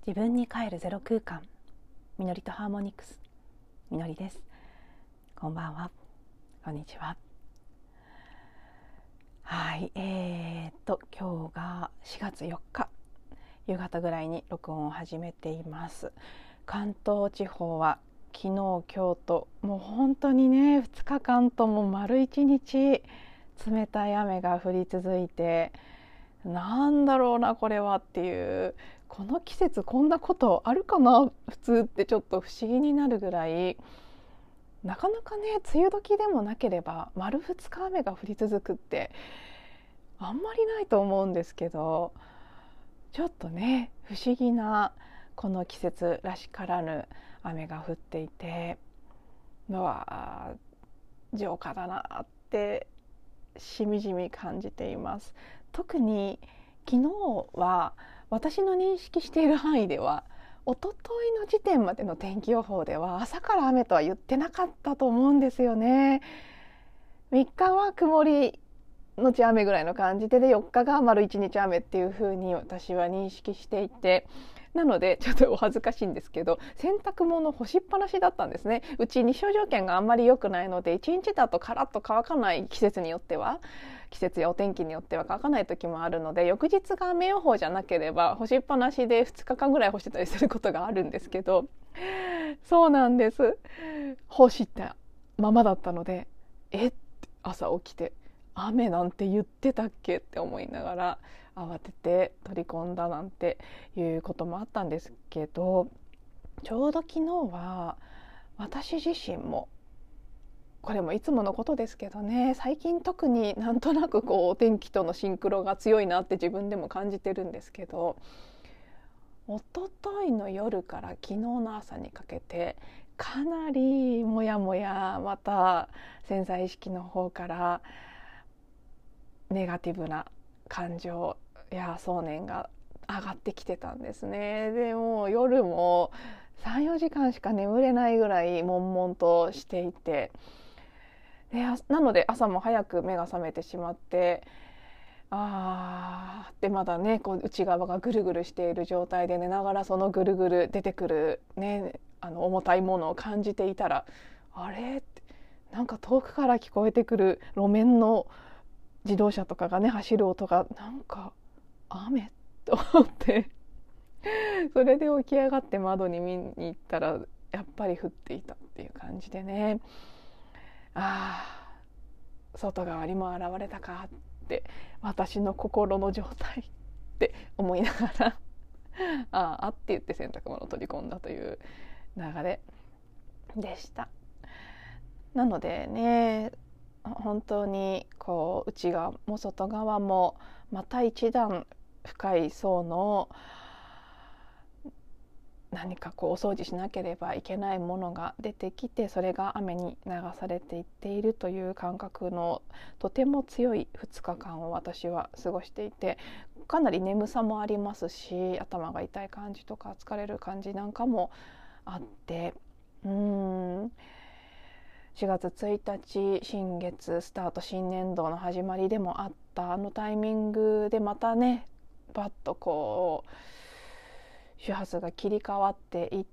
自分に帰るゼロ空間、みのりとハーモニクス、みのりです。こんばんは、こんにちは。はい、今日が4月4日夕方ぐらいに録音を始めています。関東地方は昨日今日ともう本当にね2日間とも丸1日冷たい雨が降り続いて、なんだろうなこれはっていう、この季節こんなことあるかな普通ってちょっと不思議になるぐらい、なかなかね梅雨時でもなければ丸2日雨が降り続くってあんまりないと思うんですけど、ちょっとね不思議なこの季節らしからぬ雨が降っていて、のは浄化だなってしみじみ感じています。特に昨日は私の認識している範囲では、一昨日の時点までの天気予報では朝から雨とは言ってなかったと思うんですよね。3日は曇りのち雨ぐらいの感じで、4日が丸1日雨っていう風に私は認識していて、なのでちょっとお恥ずかしいんですけど、洗濯物干しっぱなしだったんですね。うち日照条件があんまり良くないので、1日だとカラッと乾かない、季節やお天気によっては乾かない時もあるので、翌日が雨予報じゃなければ干しっぱなしで2日間ぐらい干してたりすることがあるんですけど、そうなんです。干したままだったので、って朝起きて、雨なんて言ってたっけって思いながら慌てて取り込んだなんていうこともあったんですけど、ちょうど昨日は私自身も、これもいつものことですけどね、最近特になんとなくお天気とのシンクロが強いなって自分でも感じてるんですけど、一昨日の夜から昨日の朝にかけてかなりもやもや、また潜在意識の方からネガティブな感情や想念が上がってきてたんですね。でも夜も3、4時間しか眠れないぐらい悶々としていて、なので朝も早く目が覚めてしまって、でまだね内側がぐるぐるしている状態で寝ながら、そのぐるぐる出てくるね重たいものを感じていたら、あれってなんか遠くから聞こえてくる路面の自動車とかがね走る音がなんか雨と思ってそれで起き上がって窓に見に行ったらやっぱり降っていたっていう感じでね、外側にも現れたかって私の心の状態って思いながらって言って洗濯物を取り込んだという流れでした。なのでね、本当に内側も外側もまた一段深い層の何かお掃除しなければいけないものが出てきて、それが雨に流されていっているという感覚のとても強い2日間を私は過ごしていて、かなり眠さもありますし、頭が痛い感じとか疲れる感じなんかもあって、4月1日新月スタート、新年度の始まりでもあったタイミングでまたねバッと周波数が切り替わっていった。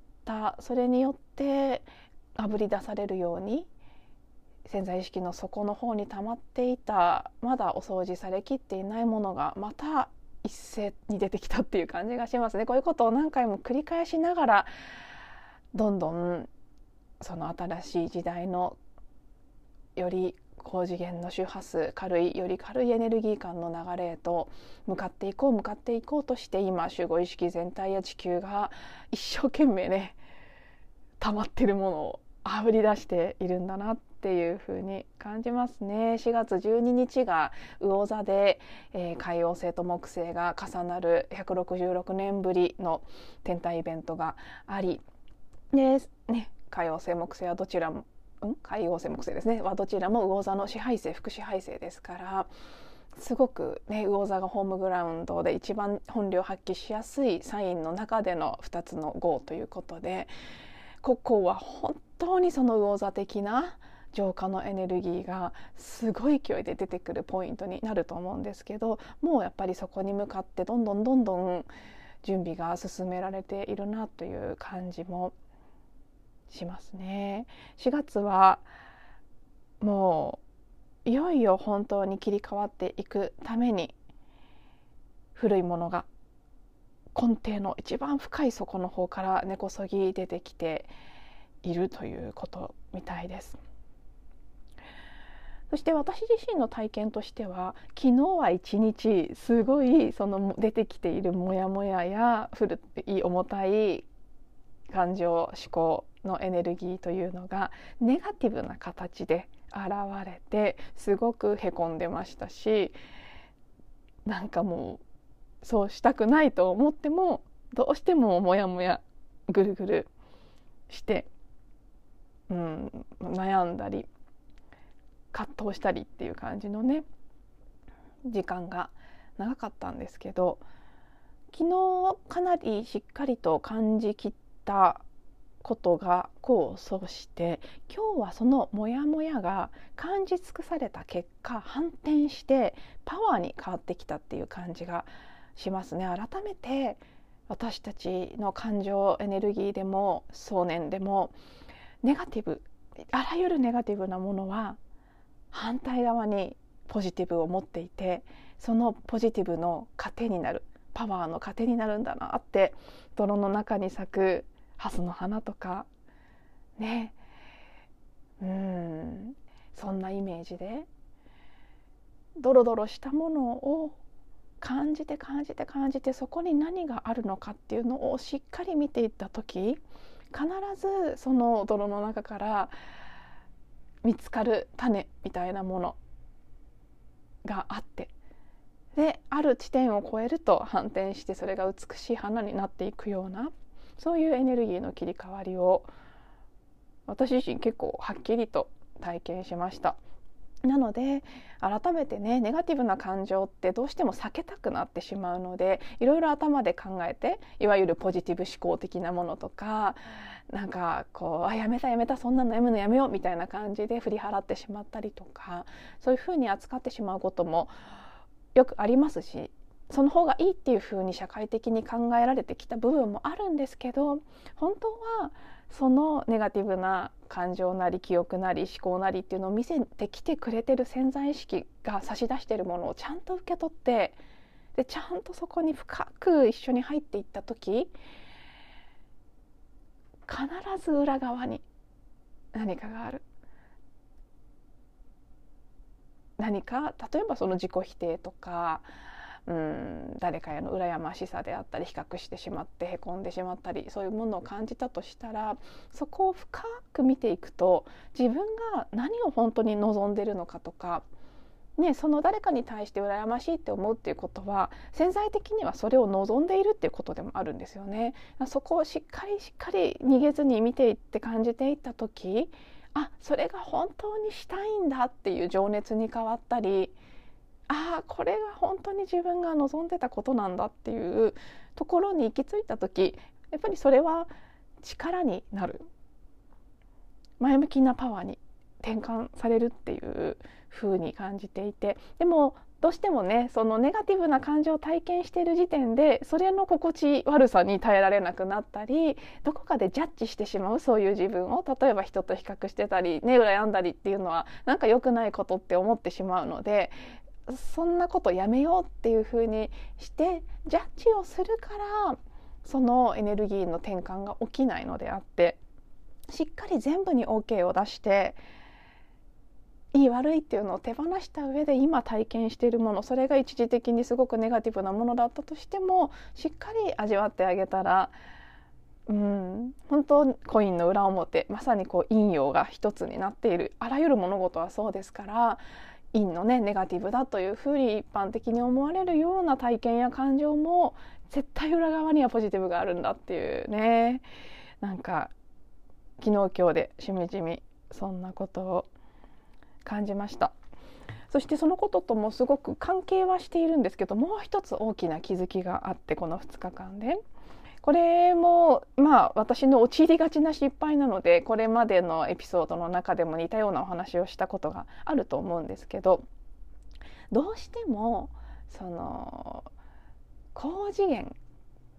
それによってあぶり出されるように潜在意識の底の方に溜まっていた、まだお掃除されきっていないものがまた一斉に出てきたっていう感じがしますね。こういうことを何回も繰り返しながら、どんどんその新しい時代のより高次元の周波数、より軽いエネルギー感の流れへと向かっていこうとして、今集合意識全体や地球が一生懸命ね溜まってるものをあぶり出しているんだなっていう風に感じますね。4月12日が魚座で、海王星と木星が重なる166年ぶりの天体イベントがあり、でね、海王星木星はどちらも海王星木星ですねはどちらも魚座の支配星、副支配星ですから、すごくね魚座がホームグラウンドで一番本領発揮しやすいサインの中での2つの号ということで、ここは本当にその魚座的な浄化のエネルギーがすごい勢いで出てくるポイントになると思うんですけど、もうやっぱりそこに向かってどんどん準備が進められているなという感じもしますね。4月はもういよいよ本当に切り替わっていくために、古いものが根底の一番深い底の方から根こそぎ出てきているということみたいです。そして私自身の体験としては、昨日は一日すごいその出てきているモヤモヤや古い重たい感情思考のエネルギーというのがネガティブな形で現れて、すごくへこんでましたし、なんかもうそうしたくないと思ってもどうしてもモヤモヤぐるぐるして、悩んだり葛藤したりっていう感じのね時間が長かったんですけど、昨日かなりしっかりと感じきったことが功を奏して、今日はそのモヤモヤが感じ尽くされた結果反転してパワーに変わってきたっていう感じがしますね。改めて私たちの感情エネルギーでも想念でもネガティブ、あらゆるネガティブなものは反対側にポジティブを持っていて、そのポジティブの糧になる、パワーの糧になるんだなって、泥の中に咲くハスの花とかね、そんなイメージでドロドロしたものを感じて感じて感じて、そこに何があるのかっていうのをしっかり見ていった時、必ずその泥の中から見つかる種みたいなものがあって、である地点を越えると反転してそれが美しい花になっていくような、そういうエネルギーの切り替わりを私自身結構はっきりと体験しました。なので改めてね、ネガティブな感情ってどうしても避けたくなってしまうので、いろいろ頭で考えて、いわゆるポジティブ思考的なものとか、なんかこうやめたそんなのやめのやめようみたいな感じで振り払ってしまったりとか、そういうふうに扱ってしまうこともよくありますし、その方がいいっていうふうに社会的に考えられてきた部分もあるんですけど、本当はそのネガティブな感情なり記憶なり思考なりっていうのを見せてきてくれてる潜在意識が差し出しているものをちゃんと受け取って、でちゃんとそこに深く一緒に入っていった時、必ず裏側に何かがある。何か、例えばその自己否定とか、誰かへの羨ましさであったり、比較してしまってへこんでしまったり、そういうものを感じたとしたら、そこを深く見ていくと、自分が何を本当に望んでいるのかとか、その誰かに対して羨ましいって思うっていうことは、潜在的にはそれを望んでいるっていうことでもあるんですよね。そこをしっかり逃げずに見ていって感じていった時、それが本当にしたいんだっていう情熱に変わったり、これが本当に自分が望んでたことなんだっていうところに行き着いた時、やっぱりそれは力になる、前向きなパワーに転換されるっていう風に感じていて、でもどうしてもね、そのネガティブな感情を体験している時点でそれの心地悪さに耐えられなくなったり、どこかでジャッジしてしまう、そういう自分を例えば人と比較してたりね、羨んだりっていうのはなんか良くないことって思ってしまうので、そんなことやめようっていう風にしてジャッジをするから、そのエネルギーの転換が起きないのであって、しっかり全部に OK を出して、いい悪いっていうのを手放した上で今体験しているもの、それが一時的にすごくネガティブなものだったとしてもしっかり味わってあげたら、本当コインの裏表、まさにこう陰陽が一つになっている、あらゆる物事はそうですから、陰のねネガティブだというふうに一般的に思われるような体験や感情も、絶対裏側にはポジティブがあるんだっていうね、なんか昨日今日でしみじみそんなことを感じました。そしてそのことともすごく関係はしているんですけど、もう一つ大きな気づきがあって、この2日間で、これも私の陥りがちな失敗なので、これまでのエピソードの中でも似たようなお話をしたことがあると思うんですけど、どうしてもその高次元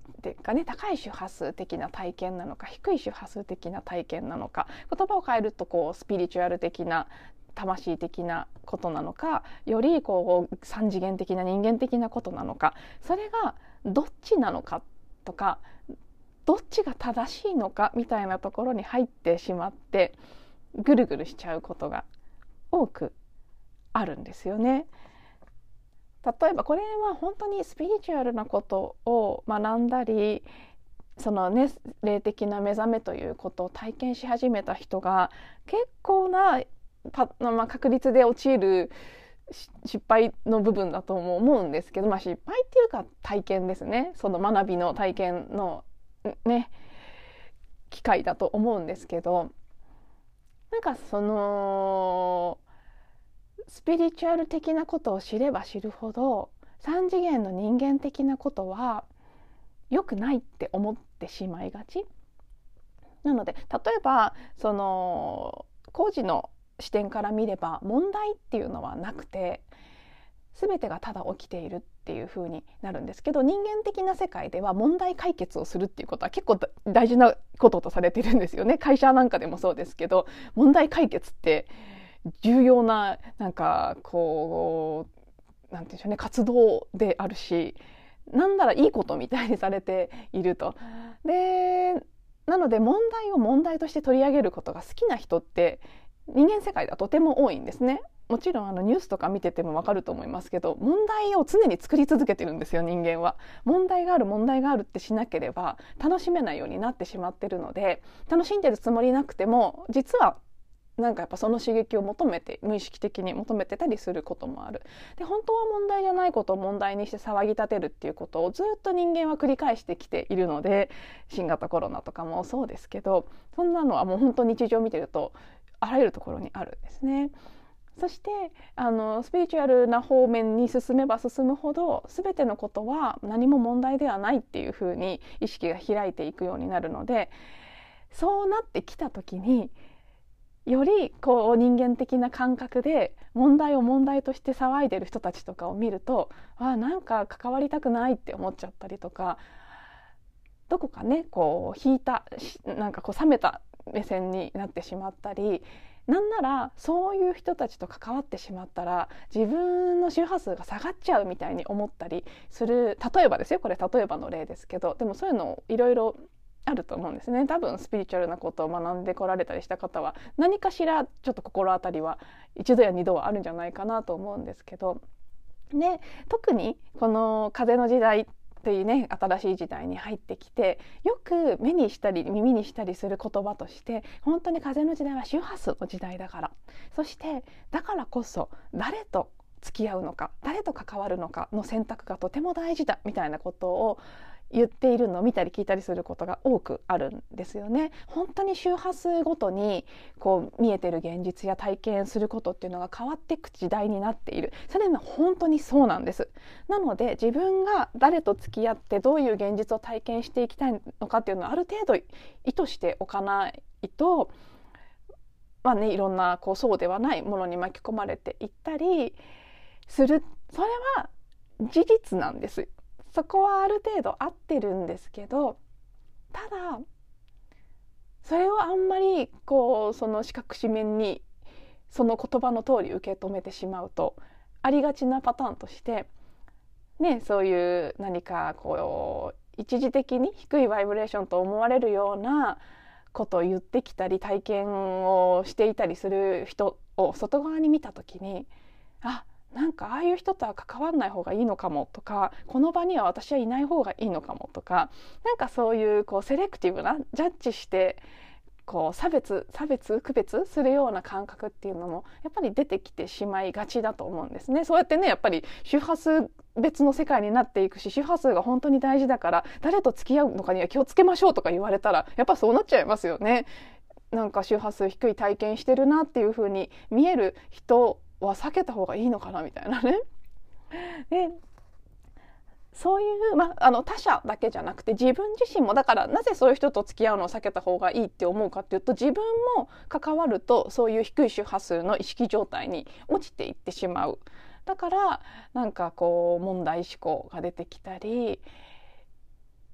ていうかね、高い周波数的な体験なのか低い周波数的な体験なのか、言葉を変えるとこうスピリチュアル的な魂的なことなのか、よりこう三次元的な人間的なことなのか、それがどっちなのかとか、どっちが正しいのかみたいなところに入ってしまってぐるぐるしちゃうことが多くあるんですよね。例えばこれは本当にスピリチュアルなことを学んだり、そのね、霊的な目覚めということを体験し始めた人が結構な確率で陥る失敗の部分だと思うんですけど、失敗っていうか体験ですね。その学びの体験のね機会だと思うんですけど、なんかそのスピリチュアル的なことを知れば知るほど三次元の人間的なことは良くないって思ってしまいがちなので、例えばその工事の視点から見れば問題っていうのはなくて、全てがただ起きているっていう風になるんですけど、人間的な世界では問題解決をするっていうことは結構大事なこととされてるんですよね。会社なんかでもそうですけど、問題解決って重要ななんかこうなんていうんでしょうね、活動であるし、なんならいいことみたいにされていると。でなので問題を問題として取り上げることが好きな人って人間世界ではとても多いんですね。もちろんニュースとか見ててもわかると思いますけど、問題を常に作り続けてるんですよ、人間は。問題があるってしなければ楽しめないようになってしまってるので、楽しんでるつもりなくても実はなんかやっぱその刺激を求めて、無意識的に求めてたりすることもある。で、本当は問題じゃないことを問題にして騒ぎ立てるっていうことをずっと人間は繰り返してきているので、新型コロナとかもそうですけど、そんなのはもう本当に日常を見てるとあらゆるところにあるんですね。そしてスピリチュアルな方面に進めば進むほど、全てのことは何も問題ではないっていうふうに意識が開いていくようになるので、そうなってきた時によりこう人間的な感覚で問題を問題として騒いでる人たちとかを見ると、なんか関わりたくないって思っちゃったりとか、どこかねこう引いた、なんかこう冷めた目線になってしまったり、なんならそういう人たちと関わってしまったら自分の周波数が下がっちゃうみたいに思ったりする。例えばですよ、これ例えばの例ですけど、でもそういうのいろいろあると思うんですね。多分スピリチュアルなことを学んでこられたりした方は何かしらちょっと心当たりは一度や二度はあるんじゃないかなと思うんですけど、で特にこの風の時代っていうね、新しい時代に入ってきてよく目にしたり耳にしたりする言葉として、本当に風の時代は周波数の時代だから、そしてだからこそ誰と付き合うのか、誰と関わるのかの選択がとても大事だみたいなことを言っているのを見たり聞いたりすることが多くあるんですよね。本当に周波数ごとにこう見えてる現実や体験することっていうのが変わっていく時代になっている。それは本当にそうなんです。なので自分が誰と付き合ってどういう現実を体験していきたいのかっていうのをある程度意図しておかないと、いろんなこうそうではないものに巻き込まれていったりする。それは事実なんです。そこはある程度合ってるんですけど、ただそれをあんまりこうその四角四面にその言葉の通り受け止めてしまうと、ありがちなパターンとしてね、そういう何かこう一時的に低いバイブレーションと思われるようなことを言ってきたり体験をしていたりする人を外側に見た時に、なんかああいう人とは関わらない方がいいのかもとか、この場には私はいない方がいいのかもとか、なんかそういうこうセレクティブなジャッジしてこう差別区別するような感覚っていうのもやっぱり出てきてしまいがちだと思うんですね。そうやってね、やっぱり周波数別の世界になっていくし、周波数が本当に大事だから誰と付き合うのかには気をつけましょうとか言われたらやっぱそうなっちゃいますよね。なんか周波数低い体験してるなっていう風に見える人は避けた方がいいのかなみたいなね。でそういう他者だけじゃなくて自分自身も、だからなぜそういう人と付き合うのを避けた方がいいって思うかっていうと、自分も関わるとそういう低い周波数の意識状態に落ちていってしまう。だからなんかこう問題思考が出てきたり、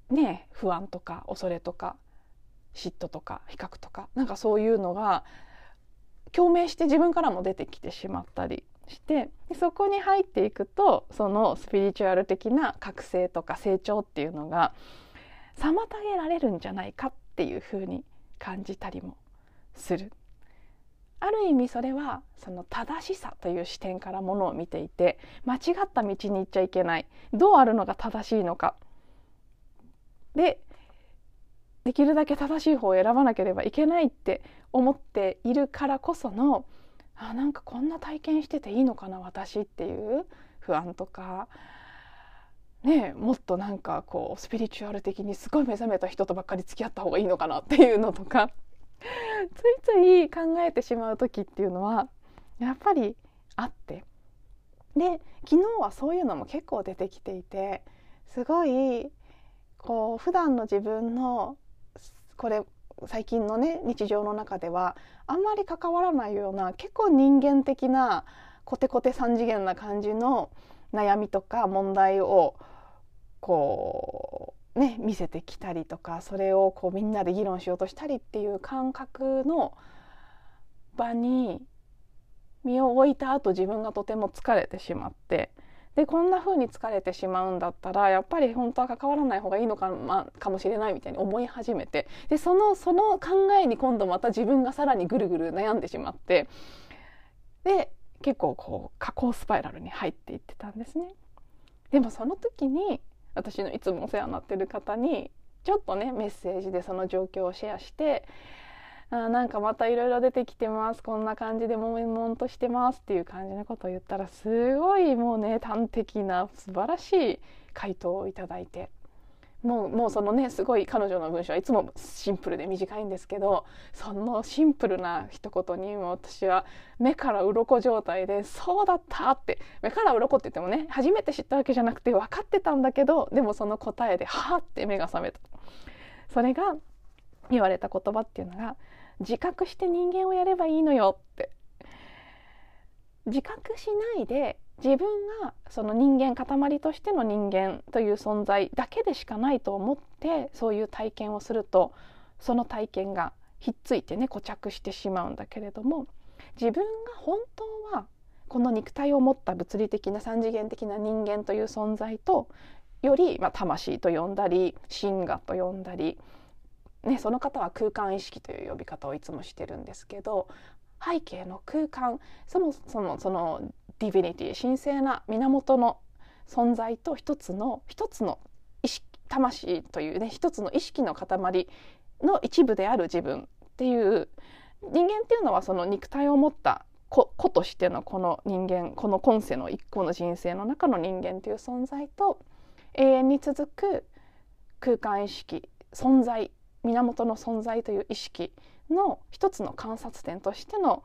ね、不安とか恐れとか嫉妬とか比較とか、なんかそういうのが共鳴して自分からも出てきてしまったりして、そこに入っていくとそのスピリチュアル的な覚醒とか成長っていうのが妨げられるんじゃないかっていうふうに感じたりもする。ある意味それはその正しさという視点からものを見ていて、間違った道に行っちゃいけない、どうあるのが正しいのかで、できるだけ正しい方を選ばなければいけないって思っているからこその、なんかこんな体験してていいのかな私っていう不安とか、ね、もっとなんかこうスピリチュアル的にすごい目覚めた人とばっかり付き合った方がいいのかなっていうのとかついつい考えてしまう時っていうのはやっぱりあって、で昨日はそういうのも結構出てきていて、すごいこう普段の自分のこれ最近のね日常の中ではあんまり関わらないような結構人間的なコテコテ3次元な感じの悩みとか問題をこうね見せてきたりとか、それをこうみんなで議論しようとしたりっていう感覚の場に身を置いた後、自分がとても疲れてしまって、でこんな風に疲れてしまうんだったらやっぱり本当は関わらない方がいいのか、かもしれないみたいに思い始めて、でその考えに今度また自分がさらにぐるぐる悩んでしまって、で結構こう下降スパイラルに入っていってたんですね。でもその時に私のいつもお世話になってる方にちょっとねメッセージでその状況をシェアして、なんかまたいろいろ出てきてます、こんな感じで悶々としてますっていう感じのことを言ったら、すごいもうね端的な素晴らしい回答をいただいて、もうそのねすごい彼女の文章はいつもシンプルで短いんですけど、そのシンプルな一言にも私は目から鱗状態で、そうだったって、目から鱗って言ってもね初めて知ったわけじゃなくて分かってたんだけど、でもその答えではーって目が覚めた。それが言われた言葉っていうのが、自覚して人間をやればいいのよって。自覚しないで自分がその人間、塊としての人間という存在だけでしかないと思ってそういう体験をすると、その体験がひっついてね固着してしまうんだけれども、自分が本当はこの肉体を持った物理的な三次元的な人間という存在とより、魂と呼んだり神我と呼んだり、ね、その方は空間意識という呼び方をいつもしてるんですけど、背景の空間、そもそもそのディビニティ、神聖な源の存在と一つの意識、魂というね一つの意識の塊の一部である自分っていう、人間っていうのはその肉体を持った個としてのこの人間、この今世の一個の人生の中の人間という存在と、永遠に続く空間意識、存在、源の存在という意識の一つの観察点としての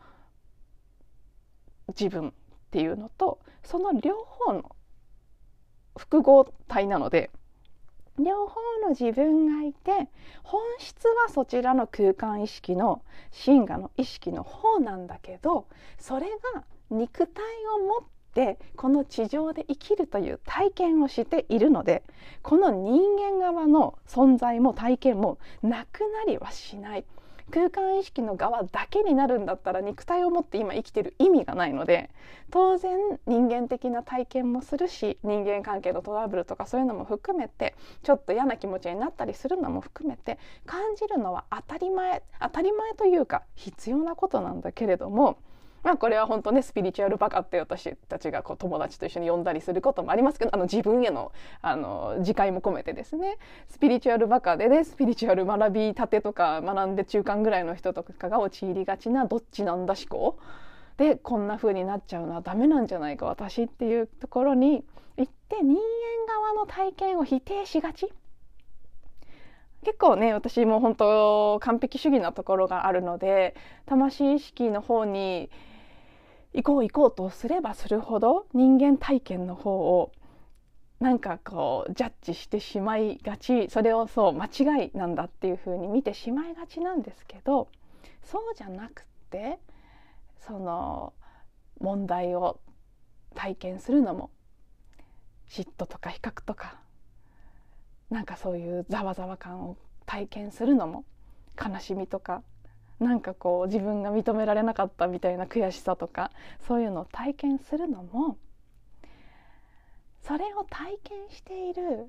自分っていうのと、その両方の複合体なので、両方の自分がいて、本質はそちらの空間意識の神我の意識の方なんだけど、それが肉体を持ってこの地上で生きるという体験をしているので、この人間側の存在も体験もなくなりはしない。空間意識の側だけになるんだったら肉体を持って今生きてる意味がないので、当然人間的な体験もするし、人間関係のトラブルとかそういうのも含めてちょっと嫌な気持ちになったりするのも含めて感じるのは当たり前というか必要なことなんだけれども、これは本当ねスピリチュアルバカって私たちがこう友達と一緒に呼んだりすることもありますけど、自分への自戒も込めてですね、スピリチュアルバカでね、スピリチュアル学びたてとか学んで中間ぐらいの人とかが陥りがちなどっちなんだ思考で、こんな風になっちゃうのはダメなんじゃないか私っていうところに行って、人間側の体験を否定しがち。結構ね私も本当完璧主義なところがあるので、魂意識の方に行こうとすればするほど人間体験の方をなんかこうジャッジしてしまいがち、それをそう間違いなんだっていう風に見てしまいがちなんですけど、そうじゃなくて、その問題を体験するのも嫉妬とか比較とかなんかそういうざわざわ感を体験するのも、悲しみとか、なんかこう自分が認められなかったみたいな悔しさとか、そういうのを体験するのも、それを体験している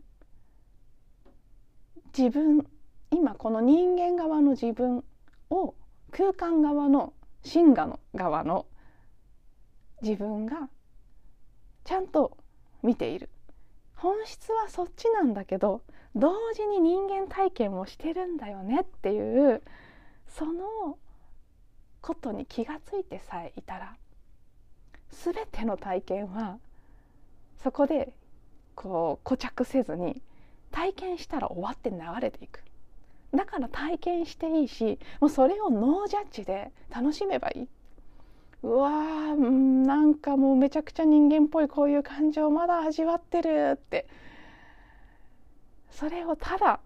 自分、今この人間側の自分を空間側の真我の側の自分がちゃんと見ている。本質はそっちなんだけど、同時に人間体験もしてるんだよねっていう、そのことに気がついてさえいたら、全ての体験はそこでこう固着せずに、体験したら終わって流れていく。だから体験していいし、もうそれをノージャッジで楽しめばいい。うわー、なんかもうめちゃくちゃ人間っぽいこういう感情まだ味わってるって、それをただ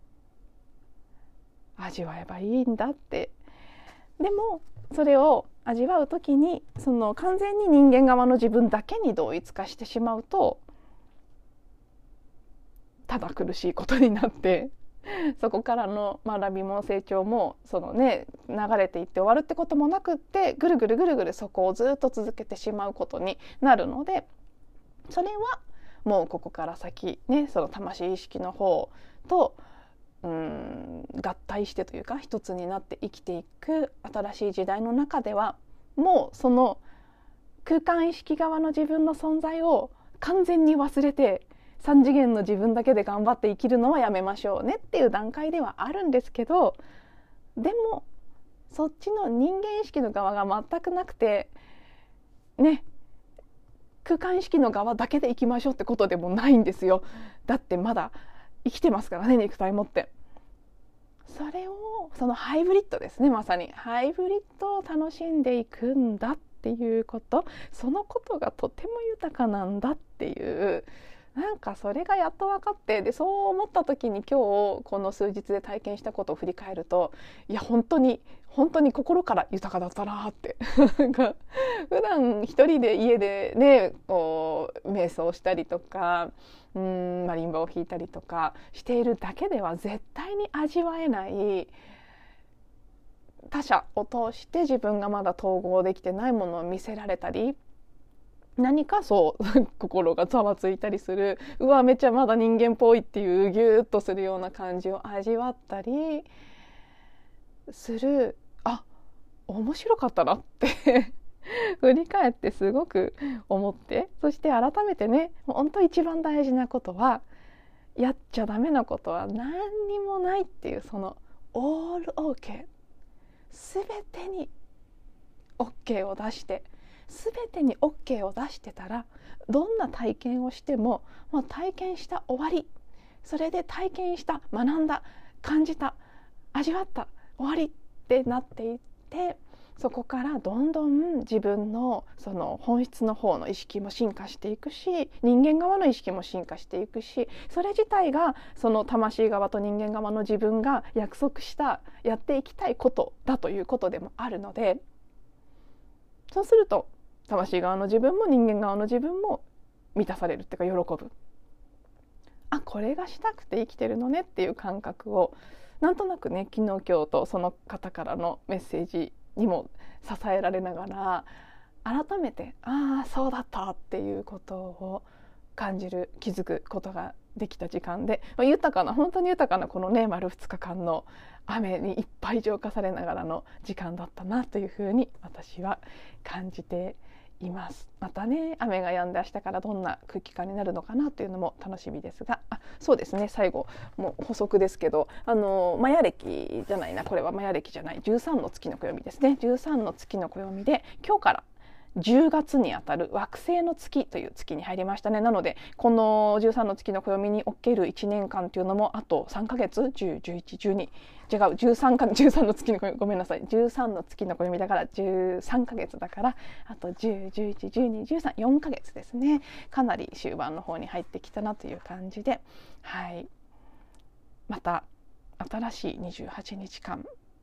味わえばいいんだって。でもそれを味わうときに、その完全に人間側の自分だけに同一化してしまうと、ただ苦しいことになって、そこからの学びも成長もそのね、流れていって終わるってこともなくって、ぐるぐるぐるぐるそこをずっと続けてしまうことになるので、それはもうここから先ね、その魂意識の方と合体してというか、一つになって生きていく新しい時代の中では、もうその空間意識側の自分の存在を完全に忘れて、3次元の自分だけで頑張って生きるのはやめましょうねっていう段階ではあるんですけど、でもそっちの人間意識の側が全くなくてね、空間意識の側だけで生きましょうってことでもないんですよ。だってまだ生きてますからね、肉体持って。それを、そのハイブリッドですね、まさにハイブリッドを楽しんでいくんだっていうこと、そのことがとても豊かなんだっていう、なんかそれがやっと分かって、でそう思った時に今日この数日で体験したことを振り返ると、いや本当に心から豊かだったなってなんか普段一人で家でね、こう瞑想したりとかマリンバを弾いたりとかしているだけでは絶対に味わえない、他者を通して自分がまだ統合できてないものを見せられたり、何かそう心がざわついたりする、うわめっちゃまだ人間っぽいっていうギューッとするような感じを味わったりする、あ、面白かったなって振り返ってすごく思って、そして改めてね、本当一番大事なことは、やっちゃダメなことは何にもないっていう、そのオール OK、 全てに OK を出して、全てに OK を出してたら、どんな体験をしてももう体験した終わり、それで体験した、学んだ、感じた、味わった、終わりってなっていって、そこからどんどん自分のその本質の方の意識も進化していくし、人間側の意識も進化していくし、それ自体がその魂側と人間側の自分が約束したやっていきたいことだということでもあるので、そうすると魂側の自分も人間側の自分も満たされるっていうか、喜ぶ。あ、これがしたくて生きてるのねっていう感覚を、なんとなくね、昨日今日とその方からのメッセージにも支えられながら、改めてああそうだったっていうことを感じる、気づくことができた時間で、豊かな、本当に豊かなこのね丸2日間の雨にいっぱい浄化されながらの時間だったなというふうに私は感じています。またね、雨が止んで明日からどんな空気感になるのかなというのも楽しみですが、そうですね、最後もう補足ですけど、マヤ暦じゃないな、これはマヤ暦じゃない、13の月の暦ですね。13の月の暦で今日から10月にあたる惑星の月という月に入りましたね。なのでこの13の月の暦における1年間というのもあと3ヶ月、10、11、12、違う、13の月の暦、ごめんなさい、13の月の暦だから13ヶ月だから、あと10、11、12、13、4ヶ月ですね。かなり終盤の方に入ってきたなという感じで、はい、また新しい28日間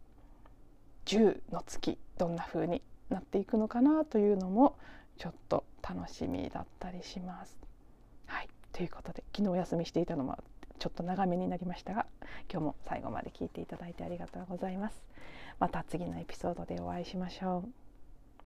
10の月、どんな風になっていくのかなというのもちょっと楽しみだったりします。はい、ということで昨日お休みしていたのもちょっと長めになりましたが、今日も最後まで聞いていただいてありがとうございます。また次のエピソードでお会いしましょう。